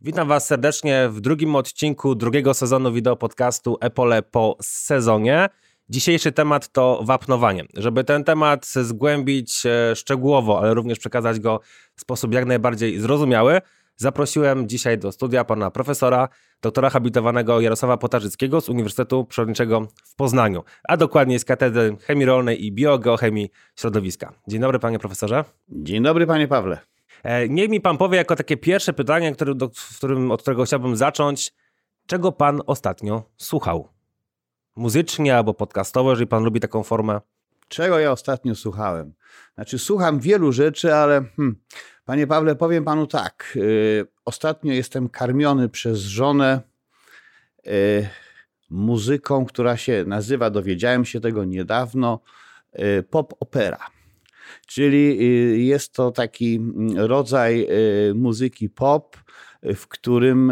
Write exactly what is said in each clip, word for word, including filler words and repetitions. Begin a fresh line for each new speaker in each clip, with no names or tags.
Witam Was serdecznie w drugim odcinku drugiego sezonu wideopodcastu Epole po sezonie. Dzisiejszy temat to wapnowanie. Żeby ten temat zgłębić szczegółowo, ale również przekazać go w sposób jak najbardziej zrozumiały, zaprosiłem dzisiaj do studia pana profesora, doktora habilitowanego Jarosława Potarzyckiego z Uniwersytetu Przyrodniczego w Poznaniu, a dokładnie z Katedry Chemii Rolnej i Biogeochemii Środowiska. Dzień dobry, panie profesorze.
Dzień dobry, panie Pawle.
Niech mi pan powie jako takie pierwsze pytanie, który, do, w którym, od którego chciałbym zacząć, czego pan ostatnio słuchał? Muzycznie albo podcastowo, jeżeli pan lubi taką formę?
Czego ja ostatnio słuchałem? Znaczy słucham wielu rzeczy, ale hmm, panie Pawle, powiem panu tak. Yy, ostatnio jestem karmiony przez żonę yy, muzyką, która się nazywa, dowiedziałem się tego niedawno, yy, pop opera. Czyli jest to taki rodzaj muzyki pop, w którym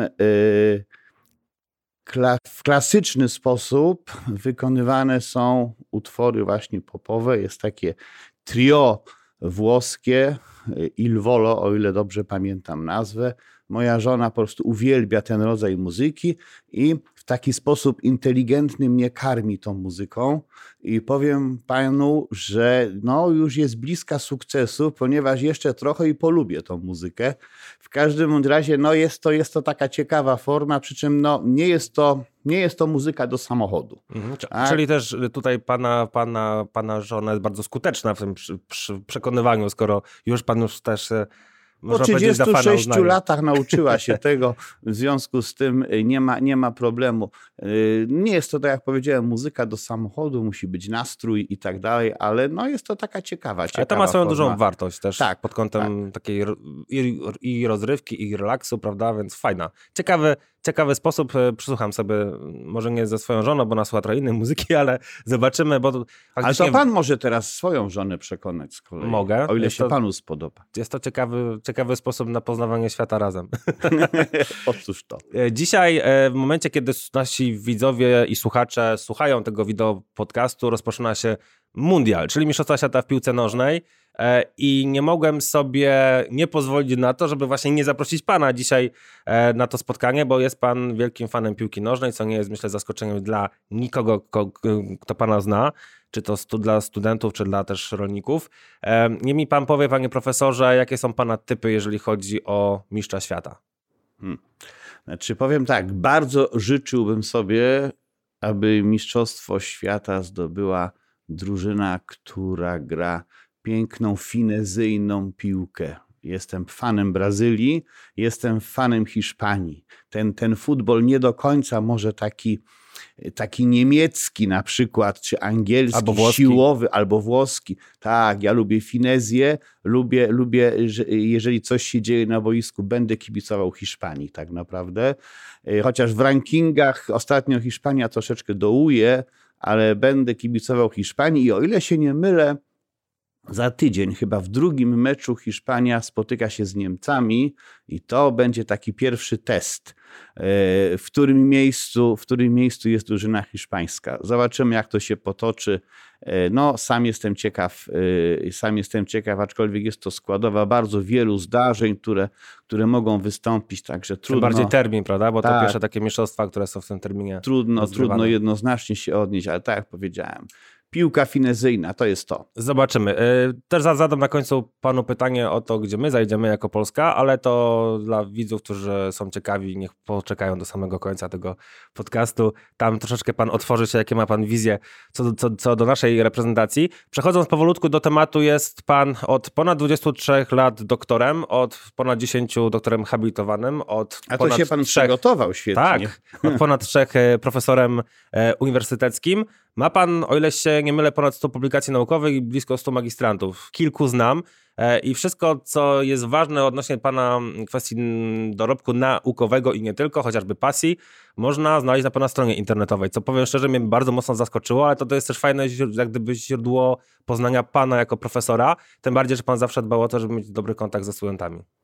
w klasyczny sposób wykonywane są utwory właśnie popowe. Jest takie trio włoskie, Il Volo, o ile dobrze pamiętam nazwę. Moja żona po prostu uwielbia ten rodzaj muzyki i w taki sposób inteligentny mnie karmi tą muzyką. I powiem panu, że no już jest bliska sukcesu, ponieważ jeszcze trochę i polubię tą muzykę. W każdym razie no jest to, jest to taka ciekawa forma, przy czym no nie jest to, nie jest to muzyka do samochodu.
Mhm. Tak? Czyli też tutaj pana, pana, pana żona jest bardzo skuteczna w tym przy, przy przekonywaniu, skoro już pan już też...
Po trzydziestu sześciu latach nauczyła się tego, w związku z tym nie ma, nie ma problemu. Nie jest to, tak jak powiedziałem, muzyka do samochodu, musi być nastrój i tak dalej, ale no jest to taka ciekawa, ciekawa
Ale to ma swoją
forma.
dużą wartość też
tak,
pod kątem
tak.
takiej i, i rozrywki, i relaksu, prawda, więc fajna. Ciekawy, ciekawy sposób, przysłucham sobie, może nie ze swoją żoną, bo ona słucha trochę innej muzyki, ale zobaczymy, bo...
Ale to pan może teraz swoją żonę przekonać z kolei.
Mogę.
O ile
jest
się
to,
panu spodoba.
Jest to ciekawy, ciekawy sposób na poznawanie świata razem.
Otóż to.
Dzisiaj, w momencie, kiedy nasi widzowie i słuchacze słuchają tego wideo podcastu, rozpoczyna się Mundial, czyli Mistrzostwa Świata w piłce nożnej. I nie mogłem sobie nie pozwolić na to, żeby właśnie nie zaprosić pana dzisiaj na to spotkanie, bo jest pan wielkim fanem piłki nożnej, co nie jest, myślę, zaskoczeniem dla nikogo, kto pana zna, czy to stu, dla studentów, czy dla też rolników. Niech mi pan powie, panie profesorze, jakie są pana typy, jeżeli chodzi o mistrza świata?
Hmm. Znaczy powiem tak, bardzo życzyłbym sobie, aby Mistrzostwo Świata zdobyła drużyna, która gra piękną, finezyjną piłkę. Jestem fanem Brazylii, jestem fanem Hiszpanii. Ten, ten futbol nie do końca może taki, taki niemiecki na przykład, czy angielski, albo siłowy, albo włoski. Tak, ja lubię finezję, lubię, lubię, że jeżeli coś się dzieje na boisku, będę kibicował Hiszpanii tak naprawdę. Chociaż w rankingach ostatnio Hiszpania troszeczkę dołuje, ale będę kibicował Hiszpanii i o ile się nie mylę, za tydzień, chyba w drugim meczu Hiszpania spotyka się z Niemcami i to będzie taki pierwszy test, w którym miejscu, w którym miejscu jest drużyna hiszpańska. Zobaczymy, jak to się potoczy. No, sam jestem ciekaw, sam jestem ciekaw, aczkolwiek jest to składowa bardzo wielu zdarzeń, które, które mogą wystąpić, także trudno.
Tym bardziej termin, prawda? Bo to
tak,
pierwsze takie mistrzostwa, które są w tym terminie.
Trudno, trudno jednoznacznie się odnieść, ale tak jak powiedziałem, piłka finezyjna, to jest to.
Zobaczymy. Też zadam na końcu panu pytanie o to, gdzie my zajdziemy jako Polska, ale to dla widzów, którzy są ciekawi, niech poczekają do samego końca tego podcastu. Tam troszeczkę pan otworzy się, jakie ma pan wizję co, co, co do naszej reprezentacji. Przechodząc powolutku do tematu, jest pan od ponad dwudziestu trzech lat doktorem, od ponad dziesięciu doktorem habilitowanym, od
A to
ponad
się pan
trzech...
przygotował świetnie.
Tak, od ponad trzech profesorem uniwersyteckim. Ma pan, o ile się nie mylę, ponad stu publikacji naukowych i blisko stu magistrantów. Kilku znam i wszystko, co jest ważne odnośnie pana kwestii dorobku naukowego i nie tylko, chociażby pasji, można znaleźć na pana stronie internetowej, co powiem szczerze, mnie bardzo mocno zaskoczyło, ale to, to jest też fajne jak gdyby źródło poznania pana jako profesora, tym bardziej, że pan zawsze dbał o to, żeby mieć dobry kontakt ze studentami.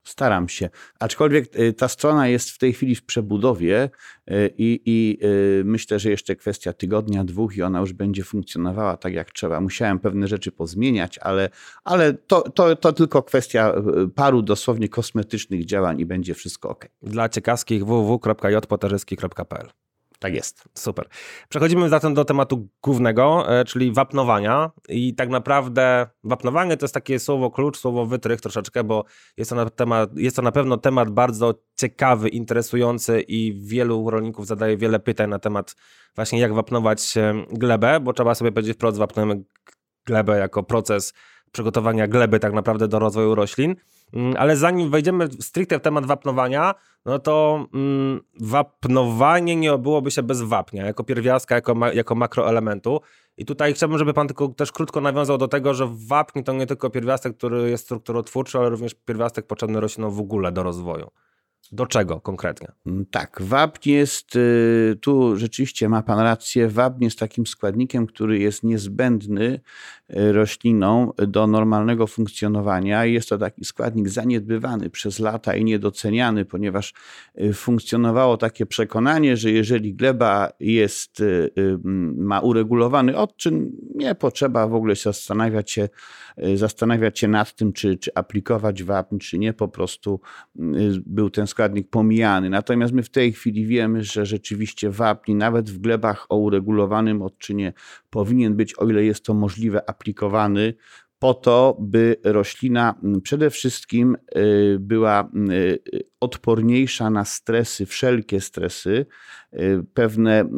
Staram się. Aczkolwiek ta strona jest w tej chwili w przebudowie i, i myślę, że jeszcze kwestia tygodnia, dwóch i ona już będzie funkcjonowała tak jak trzeba. Musiałem pewne rzeczy pozmieniać, ale, ale to, to, to tylko kwestia paru dosłownie kosmetycznych działań i będzie wszystko ok.
Dla ciekawskich w w w kropka j potarzyski kropka p l.
Tak jest.
Super. Przechodzimy zatem do tematu głównego, czyli wapnowania i tak naprawdę wapnowanie to jest takie słowo klucz, słowo wytrych troszeczkę, bo jest to na, temat, jest to na pewno temat bardzo ciekawy, interesujący i wielu rolników zadaje wiele pytań na temat właśnie jak wapnować glebę, bo trzeba sobie powiedzieć wprost, wapnujemy glebę jako proces przygotowania gleby tak naprawdę do rozwoju roślin. Ale zanim wejdziemy stricte w temat wapnowania, no to mm, wapnowanie nie obyłoby się bez wapnia, jako pierwiastka, jako, ma, jako makroelementu. I tutaj chciałbym, żeby pan tylko też krótko nawiązał do tego, że wapń to nie tylko pierwiastek, który jest strukturotwórczy, ale również pierwiastek potrzebny roślinom w ogóle do rozwoju. Do czego konkretnie?
Tak, wapń jest, tu rzeczywiście ma pan rację, wapń jest takim składnikiem, który jest niezbędny roślinom do normalnego funkcjonowania. Jest to taki składnik zaniedbywany przez lata i niedoceniany, ponieważ funkcjonowało takie przekonanie, że jeżeli gleba jest, ma uregulowany odczyn, nie potrzeba w ogóle się zastanawiać się, zastanawiać się nad tym, czy, czy aplikować wapń, czy nie, po prostu był ten składnik pomijany. Natomiast my w tej chwili wiemy, że rzeczywiście wapń nawet w glebach o uregulowanym odczynie powinien być, o ile jest to możliwe, aplikowany po to, by roślina przede wszystkim była odporniejsza na stresy, wszelkie stresy. Pewne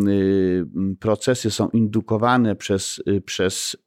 procesy są indukowane przez, przez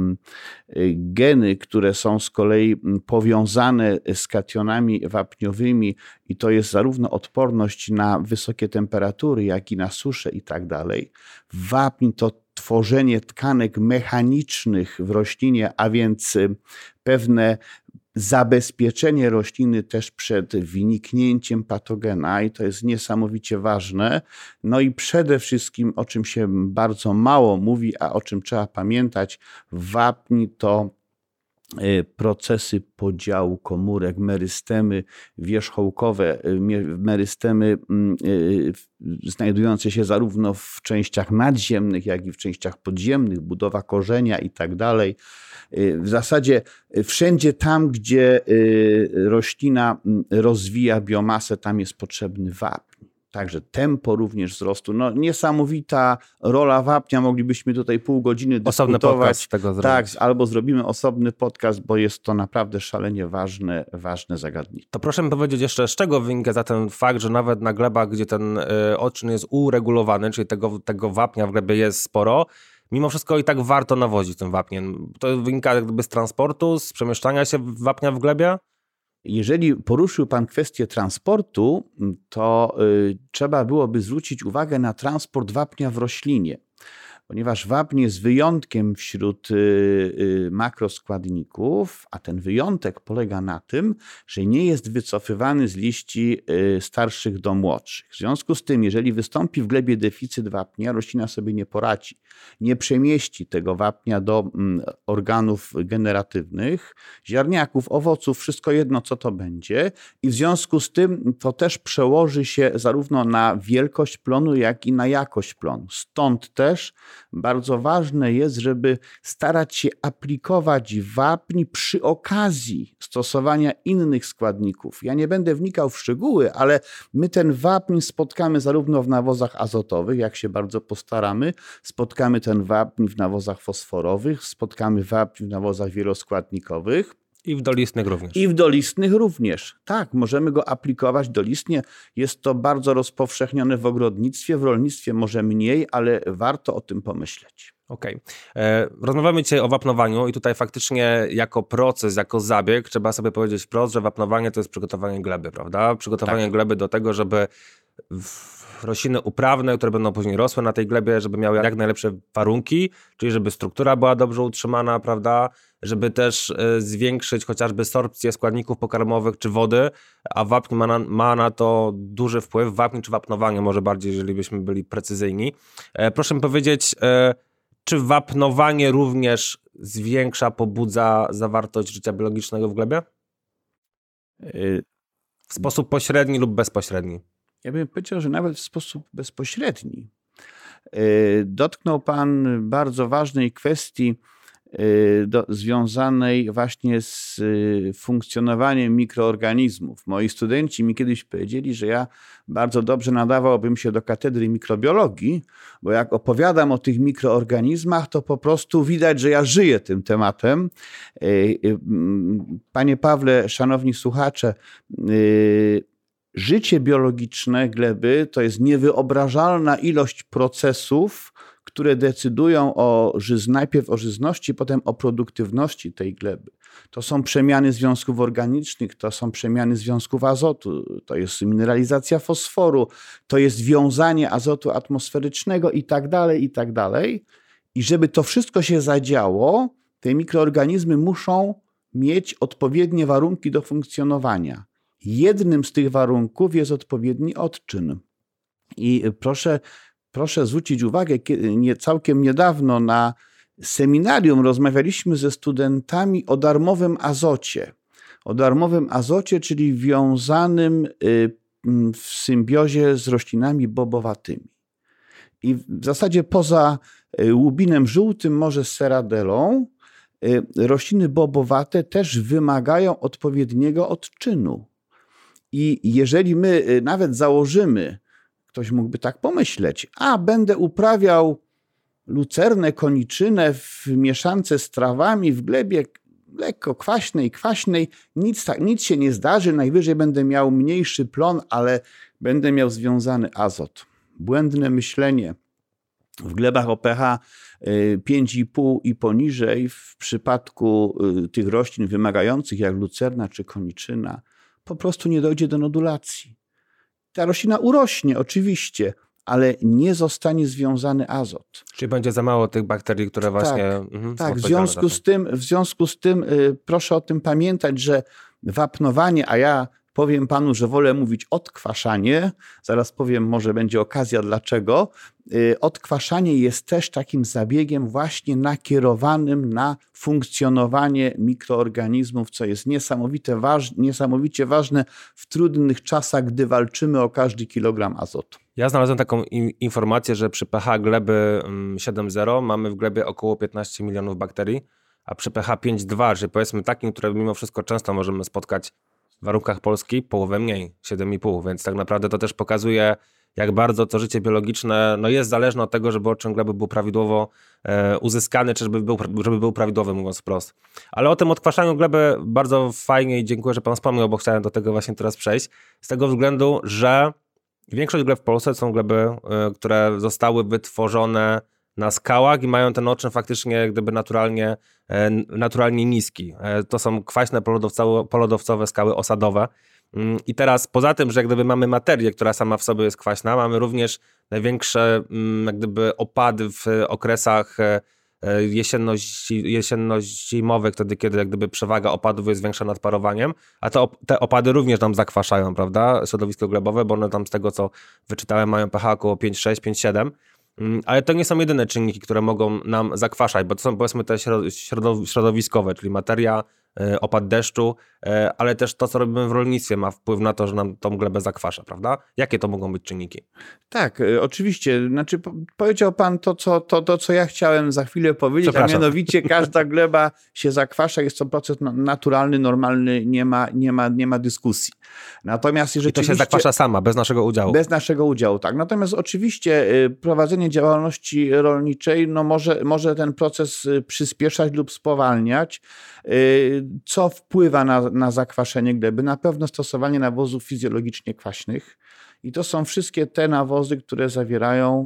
geny, które są z kolei powiązane z kationami wapniowymi i to jest zarówno odporność na wysokie temperatury, jak i na suszę i tak dalej. Wapń to tworzenie tkanek mechanicznych w roślinie, a więc pewne zabezpieczenie rośliny też przed wyniknięciem patogena i to jest niesamowicie ważne. No i przede wszystkim, o czym się bardzo mało mówi, a o czym trzeba pamiętać, wapń to procesy podziału komórek, merystemy wierzchołkowe, merystemy znajdujące się zarówno w częściach nadziemnych, jak i w częściach podziemnych, budowa korzenia i tak dalej. W zasadzie wszędzie tam, gdzie roślina rozwija biomasę, tam jest potrzebny wapń. Także tempo również wzrostu. No, niesamowita rola wapnia. Moglibyśmy tutaj pół godziny
osobny
dyskutować.
Podcast tego zrobić.
Tak, albo zrobimy osobny podcast, bo jest to naprawdę szalenie ważne, ważne zagadnienie.
To proszę mi powiedzieć jeszcze, z czego wynika zatem fakt, że nawet na glebach, gdzie ten y, odczyn jest uregulowany, czyli tego, tego wapnia w glebie jest sporo, mimo wszystko i tak warto nawozić tym wapniem. To wynika jakby z transportu, z przemieszczania się wapnia w glebie?
Jeżeli poruszył pan kwestię transportu, to y, trzeba byłoby zwrócić uwagę na transport wapnia w roślinie, ponieważ wapń jest wyjątkiem wśród y, y, makroskładników, a ten wyjątek polega na tym, że nie jest wycofywany z liści y, starszych do młodszych. W związku z tym, jeżeli wystąpi w glebie deficyt wapnia, roślina sobie nie poradzi, nie przemieści tego wapnia do mm, organów generatywnych, ziarniaków, owoców, wszystko jedno co to będzie i w związku z tym to też przełoży się zarówno na wielkość plonu, jak i na jakość plonu. Stąd też bardzo ważne jest, żeby starać się aplikować wapń przy okazji stosowania innych składników. Ja nie będę wnikał w szczegóły, ale my ten wapń spotkamy zarówno w nawozach azotowych, jak się bardzo postaramy, spotkamy ten wapń w nawozach fosforowych, spotkamy wapń w nawozach wieloskładnikowych.
I w dolistnych również.
I w dolistnych również. Tak, możemy go aplikować dolistnie. Jest to bardzo rozpowszechnione w ogrodnictwie, w rolnictwie może mniej, ale warto o tym pomyśleć.
Okej. Okay. Rozmawiamy dzisiaj o wapnowaniu i tutaj faktycznie jako proces, jako zabieg trzeba sobie powiedzieć wprost, że wapnowanie to jest przygotowanie gleby, prawda? Przygotowanie tak. gleby do tego, żeby rośliny uprawne, które będą później rosły na tej glebie, żeby miały jak najlepsze warunki, czyli żeby struktura była dobrze utrzymana, prawda? Żeby też zwiększyć chociażby sorpcję składników pokarmowych czy wody, a wapń ma na, ma na to duży wpływ. Wapń czy wapnowanie może bardziej, jeżeli byśmy byli precyzyjni. Proszę mi powiedzieć, czy wapnowanie również zwiększa, pobudza zawartość życia biologicznego w glebie? W sposób pośredni lub bezpośredni?
Ja bym powiedział, że nawet w sposób bezpośredni. Dotknął pan bardzo ważnej kwestii do, związanej właśnie z funkcjonowaniem mikroorganizmów. Moi studenci mi kiedyś powiedzieli, że ja bardzo dobrze nadawałbym się do katedry mikrobiologii, bo jak opowiadam o tych mikroorganizmach, to po prostu widać, że ja żyję tym tematem. Panie Pawle, szanowni słuchacze, życie biologiczne gleby to jest niewyobrażalna ilość procesów, które decydują o żyz, najpierw o żyzności, potem o produktywności tej gleby. To są przemiany związków organicznych, to są przemiany związków azotu, to jest mineralizacja fosforu, to jest wiązanie azotu atmosferycznego i tak dalej, i tak dalej. I żeby to wszystko się zadziało, te mikroorganizmy muszą mieć odpowiednie warunki do funkcjonowania. Jednym z tych warunków jest odpowiedni odczyn. I proszę, proszę zwrócić uwagę, nie, całkiem niedawno na seminarium rozmawialiśmy ze studentami o darmowym azocie. O darmowym azocie, czyli wiązanym w symbiozie z roślinami bobowatymi. I w zasadzie poza łubinem żółtym, może z seradelą, rośliny bobowate też wymagają odpowiedniego odczynu. I jeżeli my nawet założymy, ktoś mógłby tak pomyśleć, a będę uprawiał lucernę, koniczynę w mieszance z trawami w glebie lekko kwaśnej, kwaśnej, nic, tak, nic się nie zdarzy, najwyżej będę miał mniejszy plon, ale będę miał związany azot. Błędne myślenie. W glebach o pH pięć i pół i poniżej w przypadku tych roślin wymagających jak lucerna czy koniczyna po prostu nie dojdzie do nodulacji. Ta roślina urośnie oczywiście, ale nie zostanie związany azot.
Czyli będzie za mało tych bakterii, które właśnie...
Tak,
mhm,
tak. W związku z tym, w związku z tym y, proszę o tym pamiętać, że wapnowanie, a ja powiem panu, że wolę mówić odkwaszanie, zaraz powiem, może będzie okazja dlaczego. Y, odkwaszanie jest też takim zabiegiem właśnie nakierowanym na funkcjonowanie mikroorganizmów, co jest niesamowite, waż, niesamowicie ważne w trudnych czasach, gdy walczymy o każdy kilogram azotu.
Ja znalazłem taką in- informację, że przy pH gleby siedem zero mamy w glebie około piętnaście milionów bakterii, a przy pH pięć dwa, czyli powiedzmy takim, które mimo wszystko często możemy spotkać w warunkach Polski, połowę mniej, siedem i pół, więc tak naprawdę to też pokazuje, jak bardzo to życie biologiczne no jest zależne od tego, żeby odczyn gleby był prawidłowo e, uzyskany, czy żeby był, żeby był prawidłowy, mówiąc wprost. Ale o tym odkwaszaniu gleby bardzo fajnie i dziękuję, że pan wspomniał, bo chciałem do tego właśnie teraz przejść, z tego względu, że większość gleb w Polsce to są gleby, y, które zostały wytworzone na skałach i mają ten odczyn faktycznie jak gdyby naturalnie, e, naturalnie niski. E, to są kwaśne polodowcowe, polodowcowe skały osadowe. Mm, I teraz poza tym, że jak gdyby mamy materię, która sama w sobie jest kwaśna, mamy również największe mm, jak gdyby opady w okresach e, jesienności, jesienno-zimowych, wtedy kiedy jak gdyby przewaga opadów jest większa nad parowaniem, a te, op- te opady również nam zakwaszają, prawda, środowisko glebowe, bo one tam z tego, co wyczytałem, mają pH około pięć sześć, pięć siedem, ale to nie są jedyne czynniki, które mogą nam zakwaszać, bo to są powiedzmy te środow- środowiskowe, czyli materia, opad deszczu, ale też to, co robimy w rolnictwie, ma wpływ na to, że nam tą glebę zakwasza, prawda? Jakie to mogą być czynniki?
Tak, oczywiście. Znaczy, powiedział pan to co, to, to, co ja chciałem za chwilę powiedzieć, a mianowicie każda gleba się zakwasza, jest to proces naturalny, normalny, nie ma, nie ma, nie ma dyskusji. Natomiast jeżeli
I to się zakwasza sama, bez naszego udziału.
Bez naszego udziału, tak. Natomiast oczywiście prowadzenie działalności rolniczej no może, może ten proces przyspieszać lub spowalniać, co wpływa na, na zakwaszenie gleby. Na pewno stosowanie nawozów fizjologicznie kwaśnych. I to są wszystkie te nawozy, które zawierają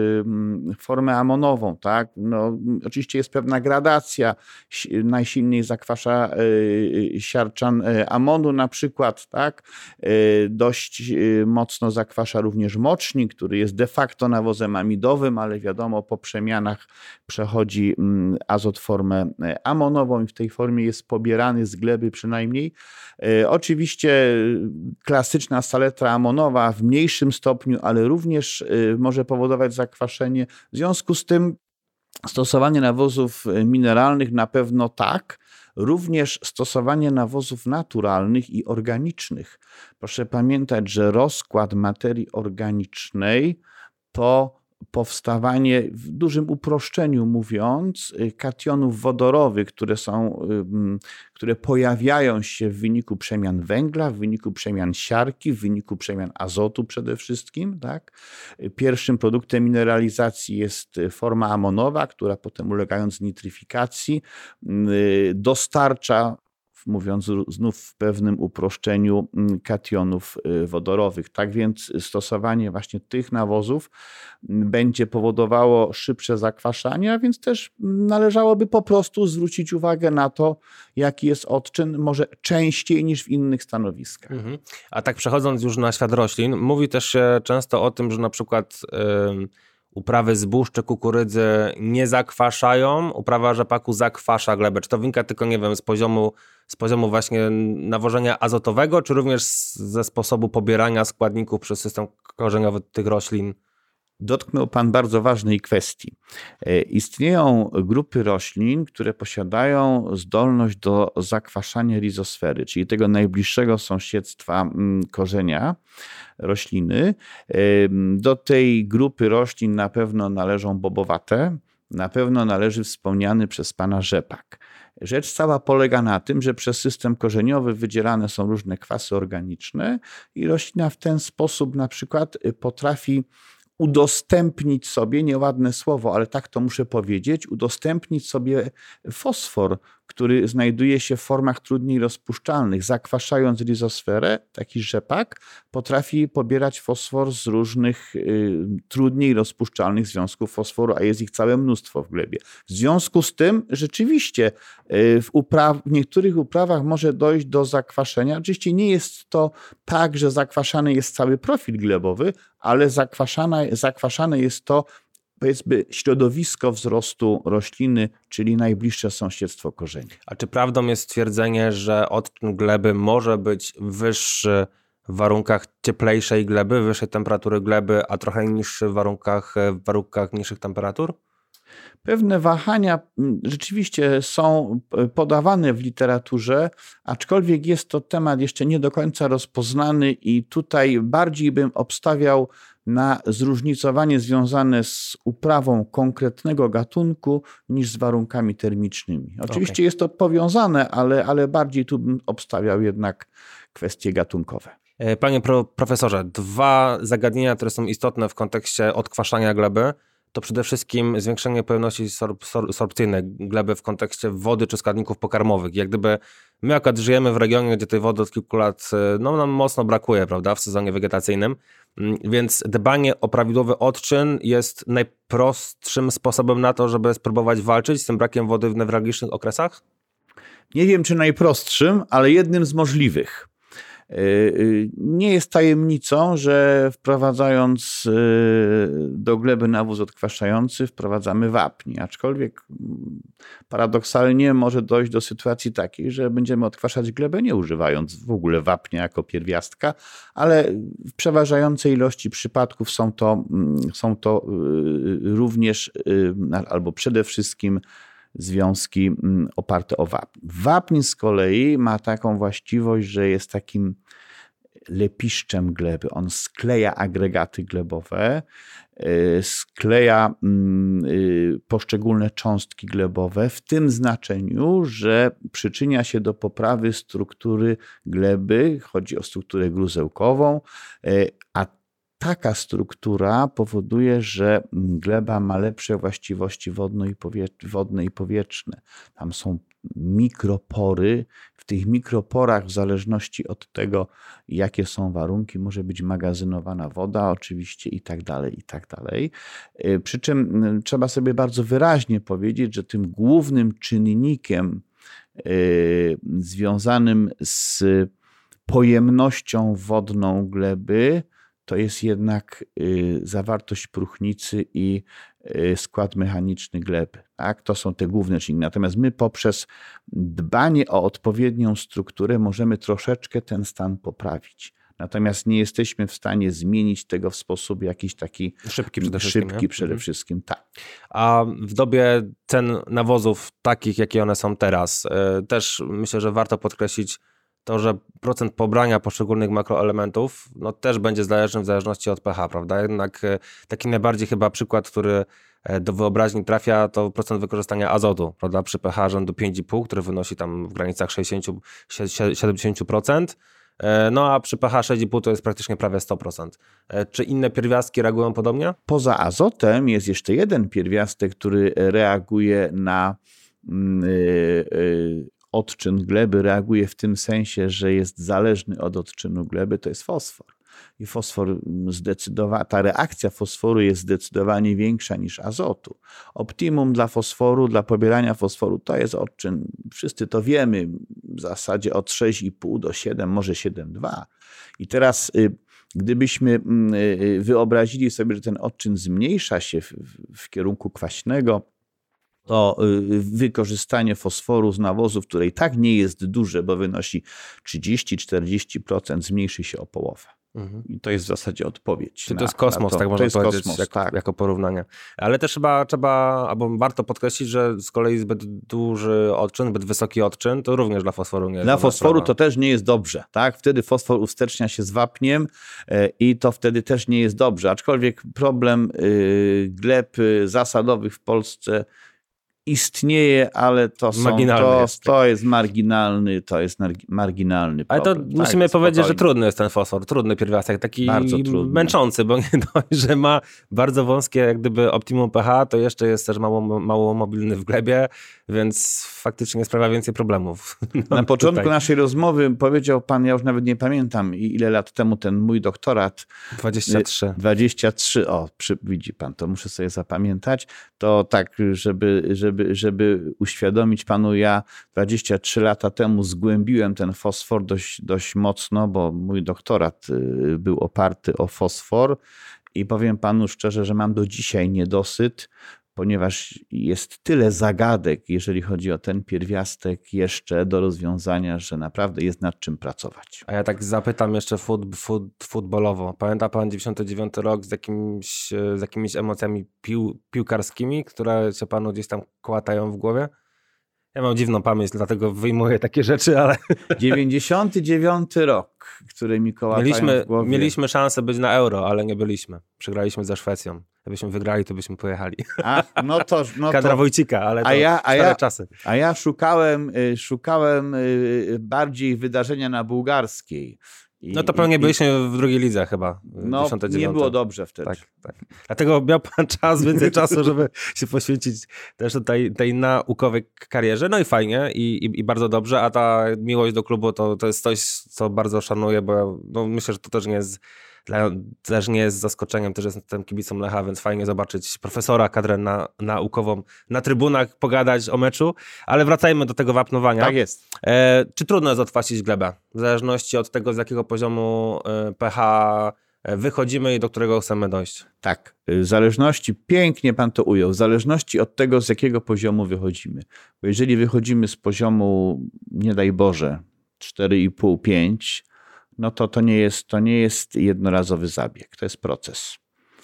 y, formę amonową. Tak? No, oczywiście jest pewna gradacja. Najsilniej zakwasza y, siarczan y, amonu na przykład. Tak? Y, dość y, mocno zakwasza również mocznik, który jest de facto nawozem amidowym, ale wiadomo, po przemianach przechodzi y, azot formę amonową i w tej formie jest pobierany z gleby przynajmniej. Y, oczywiście klasyczna saletra amonowa w mniejszym stopniu, ale również może powodować zakwaszenie. W związku z tym Stosowanie nawozów mineralnych na pewno tak, również stosowanie nawozów naturalnych i organicznych. Proszę pamiętać, że rozkład materii organicznej to powstawanie, w dużym uproszczeniu mówiąc, kationów wodorowych, które są, które pojawiają się w wyniku przemian węgla, w wyniku przemian siarki, w wyniku przemian azotu przede wszystkim. Tak? Pierwszym produktem mineralizacji jest forma amonowa, która potem, ulegając nitryfikacji, dostarcza, mówiąc znów w pewnym uproszczeniu, kationów wodorowych. Tak więc stosowanie właśnie tych nawozów będzie powodowało szybsze zakwaszanie, a więc też należałoby po prostu zwrócić uwagę na to, jaki jest odczyn, może częściej niż w innych stanowiskach.
Mhm. A tak przechodząc już na świat roślin, mówi też się często o tym, że na przykład yy, uprawy zbóż czy kukurydzy nie zakwaszają, uprawa rzepaku zakwasza glebę. Czy to wynika tylko, nie wiem, z poziomu, z poziomu właśnie nawożenia azotowego, czy również ze sposobu pobierania składników przez system korzeniowy tych roślin?
Dotknął Pan bardzo ważnej kwestii. Istnieją grupy roślin, które posiadają zdolność do zakwaszania rizosfery, czyli tego najbliższego sąsiedztwa korzenia rośliny. Do tej grupy roślin na pewno należą bobowate, na pewno należy wspomniany przez Pana rzepak. Rzecz cała polega na tym, że przez system korzeniowy wydzielane są różne kwasy organiczne i roślina w ten sposób na przykład potrafi udostępnić sobie, nieładne słowo, ale tak to muszę powiedzieć, udostępnić sobie fosfor, który znajduje się w formach trudniej rozpuszczalnych. Zakwaszając rizosferę, taki rzepak potrafi pobierać fosfor z różnych y, trudniej rozpuszczalnych związków fosforu, a jest ich całe mnóstwo w glebie. W związku z tym rzeczywiście y, w, upraw, w niektórych uprawach może dojść do zakwaszenia. Oczywiście nie jest to tak, że zakwaszany jest cały profil glebowy, ale zakwaszane, zakwaszane jest to, powiedzmy, środowisko wzrostu rośliny, czyli najbliższe sąsiedztwo korzeni.
A czy prawdą jest stwierdzenie, że odczyn gleby może być wyższy w warunkach cieplejszej gleby, wyższej temperatury gleby, a trochę niższy w warunkach, w warunkach niższych temperatur?
Pewne wahania rzeczywiście są podawane w literaturze, aczkolwiek jest to temat jeszcze nie do końca rozpoznany i tutaj bardziej bym obstawiał na zróżnicowanie związane z uprawą konkretnego gatunku niż z warunkami termicznymi. Oczywiście okay. jest to powiązane, ale, ale bardziej tu bym obstawiał jednak kwestie gatunkowe.
Panie pro, profesorze, dwa zagadnienia, które są istotne w kontekście odkwaszania gleby, to przede wszystkim zwiększenie pojemności sorb, sor, sorpcyjnej gleby w kontekście wody czy składników pokarmowych. Jak gdyby my akurat żyjemy w regionie, gdzie tej wody od kilku lat no, nam mocno brakuje, prawda, w sezonie wegetacyjnym, więc dbanie o prawidłowy odczyn jest najprostszym sposobem na to, żeby spróbować walczyć z tym brakiem wody w newralgicznych okresach?
Nie wiem, czy najprostszym, ale jednym z możliwych. Nie jest tajemnicą, że wprowadzając do gleby nawóz odkwaszający wprowadzamy wapń, aczkolwiek paradoksalnie może dojść do sytuacji takiej, że będziemy odkwaszać glebę nie używając w ogóle wapnia jako pierwiastka, ale w przeważającej ilości przypadków są to, są to również albo przede wszystkim związki oparte o wapń. Wapń z kolei ma taką właściwość, że jest takim lepiszczem gleby. On skleja agregaty glebowe, skleja poszczególne cząstki glebowe w tym znaczeniu, że przyczynia się do poprawy struktury gleby, chodzi o strukturę gruzełkową, a taka struktura powoduje, że gleba ma lepsze właściwości wodne i powietrzne. Tam są mikropory. W tych mikroporach, w zależności od tego, jakie są warunki, może być magazynowana woda oczywiście i tak dalej, i tak dalej. Przy czym trzeba sobie bardzo wyraźnie powiedzieć, że tym głównym czynnikiem związanym z pojemnością wodną gleby to jest jednak zawartość próchnicy i skład mechaniczny gleby. Tak? To są te główne czynniki. Natomiast my poprzez dbanie o odpowiednią strukturę możemy troszeczkę ten stan poprawić. Natomiast nie jesteśmy w stanie zmienić tego w sposób jakiś taki
szybki przede wszystkim.
Szybki przede wszystkim, tak.
A w dobie cen nawozów takich, jakie one są teraz, też myślę, że warto podkreślić to, że procent pobrania poszczególnych makroelementów no, też będzie zależny w zależności od pH, prawda? Jednak taki najbardziej chyba przykład, który do wyobraźni trafia, to procent wykorzystania azotu, prawda? Przy pH rzędu pięć i pół, który wynosi tam w granicach sześćdziesiąt do siedemdziesięciu procent. No a przy pH sześć i pół to jest praktycznie prawie sto procent. Czy inne pierwiastki reagują podobnie?
Poza azotem jest jeszcze jeden pierwiastek, który reaguje na yy, yy, odczyn gleby, reaguje w tym sensie, że jest zależny od odczynu gleby, to jest fosfor. I fosfor zdecydowa- ta reakcja fosforu jest zdecydowanie większa niż azotu. Optimum dla fosforu, dla pobierania fosforu to jest odczyn, wszyscy to wiemy, w zasadzie od sześć i pół do siedem, może siedem przecinek dwa. I teraz y, gdybyśmy y, wyobrazili sobie, że ten odczyn zmniejsza się w, w kierunku kwaśnego, to wykorzystanie fosforu z nawozów, które i tak nie jest duże, bo wynosi trzydzieści do czterdziestu procent, zmniejszy się o połowę. Mhm. I to jest w zasadzie odpowiedź.
Czy to na, jest kosmos, to. tak można powiedzieć, kosmos, jako,
tak.
jako porównanie. Ale też chyba trzeba, albo warto podkreślić, że z kolei zbyt duży odczyn, zbyt wysoki odczyn, to również dla fosforu nie jest
Dla fosforu
sprawa.
to też nie jest dobrze. Tak? Wtedy fosfor uwstecznia się z wapniem i to wtedy też nie jest dobrze. Aczkolwiek problem gleb zasadowych w Polsce istnieje, ale to, są, to, jest, to jest marginalny, to jest marginalny problem.
Ale to
tak,
musimy
spokojnie.
powiedzieć, że trudny jest ten fosfor, trudny pierwiastek, taki męczący, bo nie dość, że ma bardzo wąskie jak gdyby optimum pH, to jeszcze jest też mało, mało mobilny w glebie, więc faktycznie sprawia więcej problemów.
No, Na początku tutaj. naszej rozmowy powiedział pan, ja już nawet nie pamiętam ile lat temu ten mój doktorat.
dwadzieścia trzy.
dwadzieścia trzy, o przy, widzi pan, to muszę sobie zapamiętać. To tak, żeby, żeby Żeby, żeby uświadomić panu, ja dwadzieścia trzy lata temu zgłębiłem ten fosfor dość, dość mocno, bo mój doktorat był oparty o fosfor i powiem panu szczerze, że mam do dzisiaj niedosyt, ponieważ jest tyle zagadek, jeżeli chodzi o ten pierwiastek jeszcze do rozwiązania, że naprawdę jest nad czym pracować.
A ja tak zapytam jeszcze fut, fut, futbolowo. Pamięta pan dziewięćdziesiąty dziewiąty rok z, jakimś, z jakimiś emocjami pił, piłkarskimi, które się panu gdzieś tam kołatają w głowie? Ja mam dziwną pamięć, dlatego wyjmuję takie rzeczy, ale...
dziewięćdziesiąty dziewiąty rok, który mi kołatają
mieliśmy,
w głowie.
Mieliśmy szansę być na Euro, ale nie byliśmy. Przegraliśmy ze Szwecją. Gdybyśmy wygrali, to byśmy pojechali.
A, no to, no
Kadra
to...
Wójcika, ale to
a ja, a
stare
ja,
czasy.
A ja szukałem, szukałem bardziej wydarzenia na bułgarskiej. I,
no to pewnie
i,
byliśmy w drugiej lidze chyba.
No nie było dobrze wtedy.
Tak, tak. Dlatego miał pan czas, więcej czasu, żeby się poświęcić też tej, tej naukowej karierze. No i fajnie i, i, i bardzo dobrze, a ta miłość do klubu to, to jest coś, co bardzo szanuję, bo no, myślę, że to też nie jest Dla, też nie jest zaskoczeniem, też jestem kibicą Lecha, więc fajnie zobaczyć profesora, kadrę na, naukową na trybunach, pogadać o meczu, ale wracajmy do tego wapnowania.
Tak jest.
E, czy trudno jest odchwacić glebę? W zależności od tego, z jakiego poziomu e, pH wychodzimy i do którego chcemy dojść.
Tak, w zależności, pięknie pan to ujął, w zależności od tego, z jakiego poziomu wychodzimy. Bo jeżeli wychodzimy z poziomu, nie daj Boże, cztery i pół pięć, no to to nie jest, to nie jest jednorazowy zabieg, to jest proces.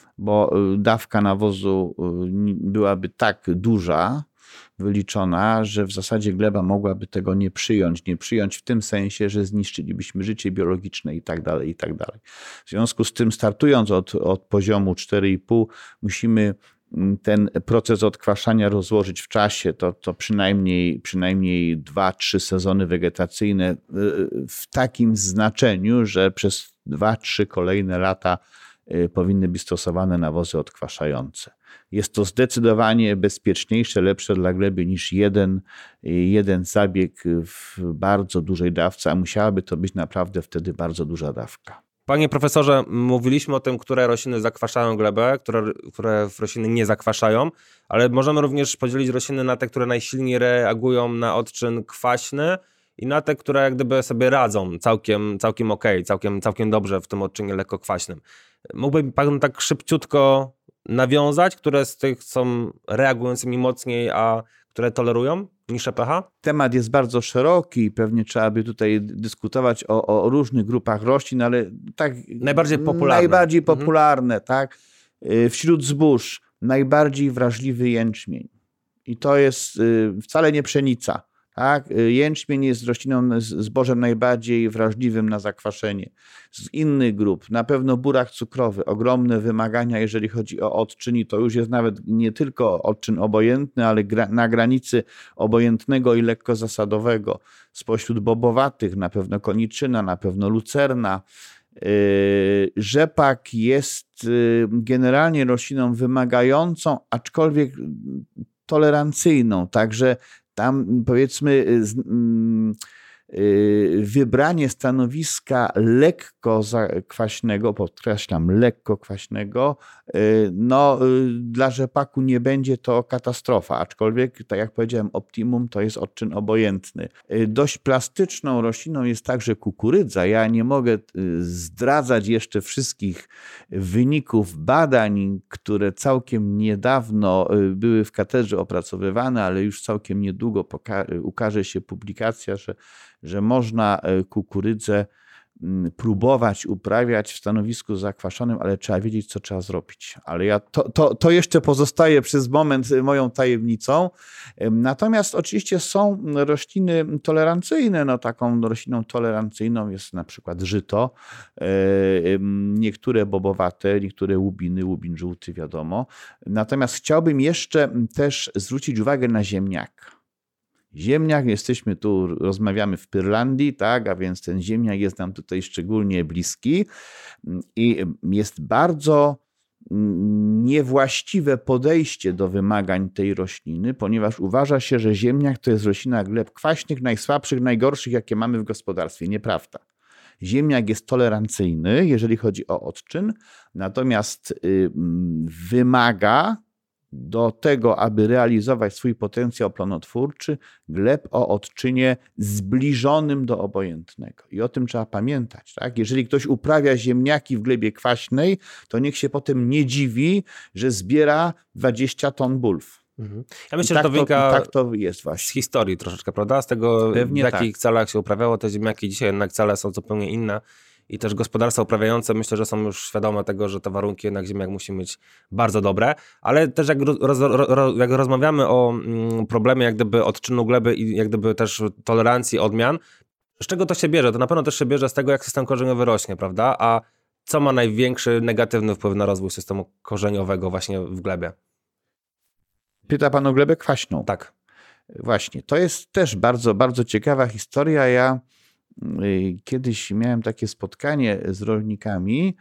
Bo dawka nawozu byłaby tak duża, wyliczona, że w zasadzie gleba mogłaby tego nie przyjąć. Nie przyjąć w tym sensie, że zniszczylibyśmy życie biologiczne i tak dalej, i tak dalej. W związku z tym, startując od, od poziomu cztery i pół, musimy ten proces odkwaszania rozłożyć w czasie, to, to przynajmniej, przynajmniej dwa, trzy sezony wegetacyjne w takim znaczeniu, że przez dwa, trzy kolejne lata powinny być stosowane nawozy odkwaszające. Jest to zdecydowanie bezpieczniejsze, lepsze dla gleby niż jeden, jeden zabieg w bardzo dużej dawce, a musiałaby to być naprawdę wtedy bardzo duża dawka.
Panie profesorze, mówiliśmy o tym, które rośliny zakwaszają glebę, które, które rośliny nie zakwaszają, ale możemy również podzielić rośliny na te, które najsilniej reagują na odczyn kwaśny i na te, które jak gdyby sobie radzą całkiem, całkiem okej, okay, całkiem, całkiem dobrze w tym odczynie lekko kwaśnym. Mógłby pan tak szybciutko nawiązać, które z tych są reagującymi mocniej, a które tolerują? Niższe pH?
Temat jest bardzo szeroki i pewnie trzeba by tutaj dyskutować o, o różnych grupach roślin, ale tak
najbardziej popularne.
Najbardziej popularne, mhm. tak. Wśród zbóż najbardziej wrażliwy jęczmień. I to jest wcale nie pszenica. Tak? Jęczmień jest rośliną, zbożem najbardziej wrażliwym na zakwaszenie. Z innych grup, na pewno burak cukrowy, ogromne wymagania, jeżeli chodzi o odczyn i to już jest nawet nie tylko odczyn obojętny, ale gra, na granicy obojętnego i lekko zasadowego. Spośród bobowatych na pewno koniczyna, na pewno lucerna. Rzepak jest generalnie rośliną wymagającą, aczkolwiek tolerancyjną, także tam powiedzmy wybranie stanowiska lekko kwaśnego, podkreślam, lekko kwaśnego, no dla rzepaku nie będzie to katastrofa, aczkolwiek, tak jak powiedziałem, optimum to jest odczyn obojętny. Dość plastyczną rośliną jest także kukurydza. Ja nie mogę zdradzać jeszcze wszystkich wyników badań, które całkiem niedawno były w katedrze opracowywane, ale już całkiem niedługo ukaże się publikacja, że że można kukurydzę próbować uprawiać w stanowisku zakwaszonym, ale trzeba wiedzieć, co trzeba zrobić. Ale ja to, to, to jeszcze pozostaje przez moment moją tajemnicą. Natomiast oczywiście są rośliny tolerancyjne. No, taką rośliną tolerancyjną jest na przykład żyto. Niektóre bobowate, niektóre łubiny, łubin żółty, wiadomo. Natomiast chciałbym jeszcze też zwrócić uwagę na ziemniak. Ziemniak, jesteśmy tu, rozmawiamy w Pyrlandii, tak, a więc ten ziemniak jest nam tutaj szczególnie bliski i jest bardzo niewłaściwe podejście do wymagań tej rośliny, ponieważ uważa się, że ziemniak to jest roślina gleb kwaśnych, najsłabszych, najgorszych, jakie mamy w gospodarstwie. Nieprawda. Ziemniak jest tolerancyjny, jeżeli chodzi o odczyn, natomiast wymaga do tego, aby realizować swój potencjał plonotwórczy, gleb o odczynie zbliżonym do obojętnego. I o tym trzeba pamiętać. Tak? Jeżeli ktoś uprawia ziemniaki w glebie kwaśnej, to niech się potem nie dziwi, że zbiera dwadzieścia ton bulw.
Mhm. Ja myślę,
tak
że to wynika
tak to jest właśnie.
z historii troszeczkę, prawda? Z tego,
Pewnie
w jakich
tak.
celach się uprawiało te ziemniaki. Dzisiaj jednak cele są zupełnie inne. I też gospodarstwa uprawiające myślę, że są już świadome tego, że te warunki jednak ziemniak musi mieć bardzo dobre, ale też jak, roz, roz, jak rozmawiamy o mm, problemie jak gdyby odczynu gleby i jak gdyby też tolerancji odmian, z czego to się bierze? To na pewno też się bierze z tego, jak system korzeniowy rośnie, prawda? A co ma największy negatywny wpływ na rozwój systemu korzeniowego właśnie w glebie?
Pyta pan o glebę kwaśną.
Tak.
Właśnie. To jest też bardzo, bardzo ciekawa historia. Ja kiedyś miałem takie spotkanie z rolnikami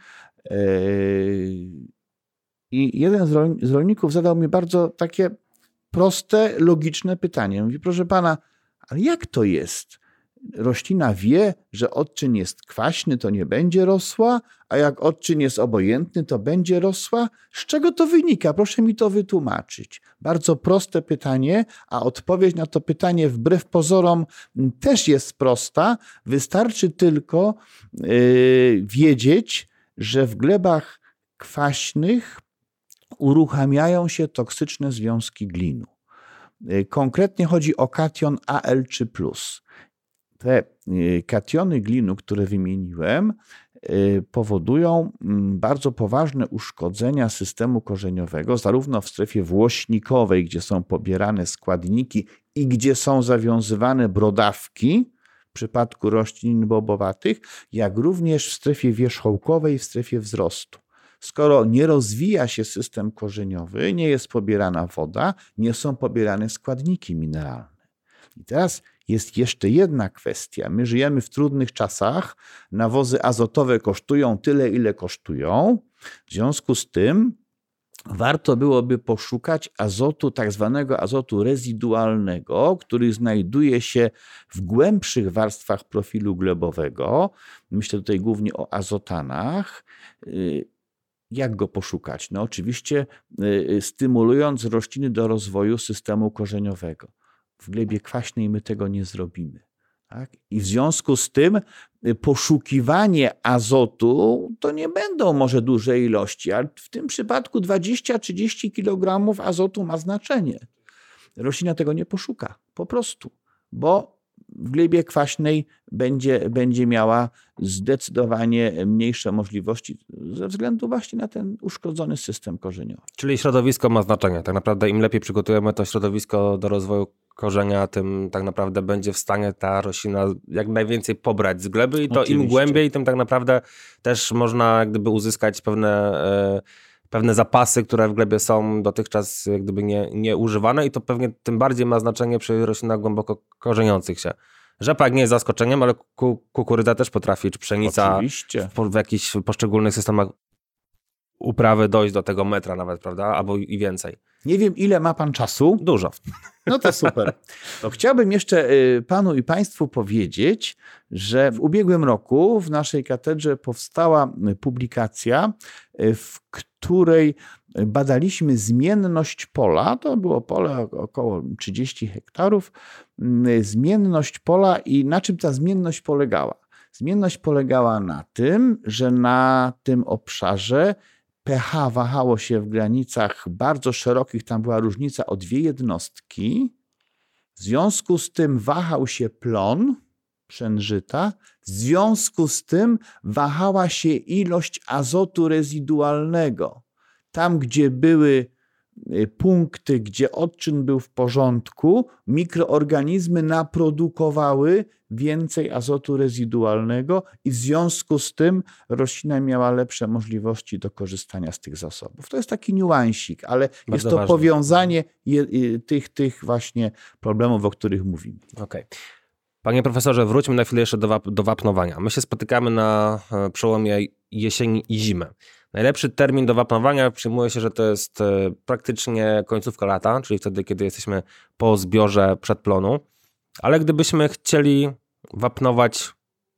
i jeden z rolników zadał mi bardzo takie proste, logiczne pytanie. Mówi, proszę pana, ale jak to jest? Roślina wie, że odczyn jest kwaśny, to nie będzie rosła, a jak odczyn jest obojętny, to będzie rosła. Z czego to wynika? Proszę mi to wytłumaczyć. Bardzo proste pytanie, a odpowiedź na to pytanie wbrew pozorom też jest prosta. Wystarczy tylko yy, wiedzieć, że w glebach kwaśnych uruchamiają się toksyczne związki glinu. Yy, konkretnie chodzi o kation A L trzy plus. Te kationy glinu, które wymieniłem, powodują bardzo poważne uszkodzenia systemu korzeniowego, zarówno w strefie włośnikowej, gdzie są pobierane składniki i gdzie są zawiązywane brodawki w przypadku roślin bobowatych, jak również w strefie wierzchołkowej, w strefie wzrostu. Skoro nie rozwija się system korzeniowy, nie jest pobierana woda, nie są pobierane składniki mineralne. I teraz jest jeszcze jedna kwestia. My żyjemy w trudnych czasach. Nawozy azotowe kosztują tyle, ile kosztują. W związku z tym warto byłoby poszukać azotu, tak zwanego azotu rezydualnego, który znajduje się w głębszych warstwach profilu glebowego. Myślę tutaj głównie o azotanach. Jak go poszukać? No oczywiście stymulując rośliny do rozwoju systemu korzeniowego. W glebie kwaśnej my tego nie zrobimy. Tak? I w związku z tym poszukiwanie azotu to nie będą może duże ilości, ale w tym przypadku dwadzieścia do trzydziestu kilogramów azotu ma znaczenie. roślina tego nie poszuka, po prostu, bo w glebie kwaśnej będzie, będzie miała zdecydowanie mniejsze możliwości ze względu właśnie na ten uszkodzony system korzeniowy.
Czyli środowisko ma znaczenie. Tak naprawdę im lepiej przygotujemy to środowisko do rozwoju korzenia, tym tak naprawdę będzie w stanie ta roślina jak najwięcej pobrać z gleby i to Oczywiście. Im głębiej, tym tak naprawdę też można jak gdyby uzyskać pewne, e, pewne zapasy, które w glebie są dotychczas jak gdyby nie, nie używane i to pewnie tym bardziej ma znaczenie przy roślinach głęboko korzeniących się. Rzepak nie jest zaskoczeniem, ale ku, kukurydza też potrafi, czy pszenica
Oczywiście.
w, w jakichś poszczególnych systemach uprawy dojść do tego metra nawet, prawda? Albo i więcej.
Nie wiem, ile ma pan czasu.
Dużo.
No to super. To chciałbym jeszcze panu i państwu powiedzieć, że w ubiegłym roku w naszej katedrze powstała publikacja, w której badaliśmy zmienność pola. To było pole około trzydzieści hektarów. Zmienność pola i na czym ta zmienność polegała? Zmienność polegała na tym, że na tym obszarze pH wahało się w granicach bardzo szerokich, tam była różnica o dwie jednostki. W związku z tym wahał się plon pszen żyta, w związku z tym wahała się ilość azotu rezydualnego. Tam, gdzie były punkty, gdzie odczyn był w porządku, mikroorganizmy naprodukowały więcej azotu rezydualnego i w związku z tym roślina miała lepsze możliwości do korzystania z tych zasobów. To jest taki niuansik, ale Bardzo jest to ważne. Powiązanie je, tych, tych właśnie problemów, o których mówimy.
Okej. Okay. Panie profesorze, wróćmy na chwilę jeszcze do, wap- do wapnowania. My się spotykamy na e, przełomie jesieni i zimy. Najlepszy termin do wapnowania przyjmuje się, że to jest e, praktycznie końcówka lata, czyli wtedy, kiedy jesteśmy po zbiorze przedplonu. Ale gdybyśmy chcieli wapnować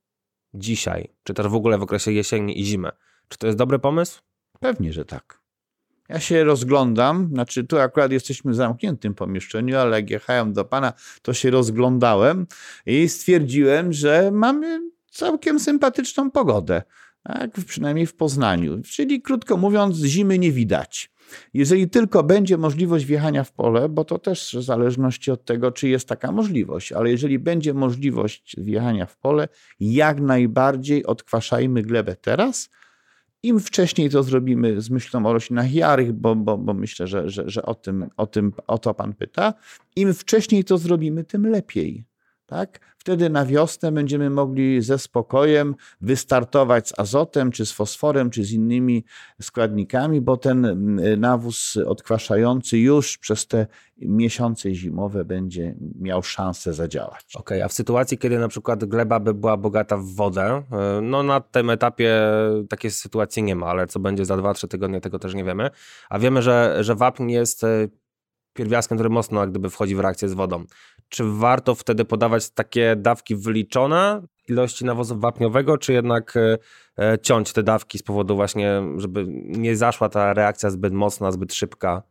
dzisiaj, czy też w ogóle w okresie jesieni i zimy, czy to jest dobry pomysł?
Pewnie, że tak. Ja się rozglądam, znaczy tu akurat jesteśmy w zamkniętym pomieszczeniu, ale jak jechałem do pana, to się rozglądałem i stwierdziłem, że mamy całkiem sympatyczną pogodę. Tak, przynajmniej w Poznaniu. Czyli krótko mówiąc, zimy nie widać. Jeżeli tylko będzie możliwość wjechania w pole, bo to też w zależności od tego, czy jest taka możliwość, ale jeżeli będzie możliwość wjechania w pole, jak najbardziej odkwaszajmy glebę teraz. Im wcześniej to zrobimy z myślą o roślinach jarych, bo, bo, bo myślę, że, że, że o tym, o tym o to pan pyta, im wcześniej to zrobimy, tym lepiej. Tak? Wtedy na wiosnę będziemy mogli ze spokojem wystartować z azotem, czy z fosforem, czy z innymi składnikami, bo ten nawóz odkwaszający już przez te miesiące zimowe będzie miał szansę zadziałać.
Okej, okay, a w sytuacji, kiedy na przykład gleba by była bogata w wodę, no na tym etapie takiej sytuacji nie ma, ale co będzie za dwa trzy tygodnie, tego też nie wiemy, a wiemy, że, że wapń jest pierwiastkiem, który mocno jak gdyby wchodzi w reakcję z wodą. Czy warto wtedy podawać takie dawki wyliczone ilości nawozu wapniowego, czy jednak e, ciąć te dawki z powodu właśnie, żeby nie zaszła ta reakcja zbyt mocna, zbyt szybka?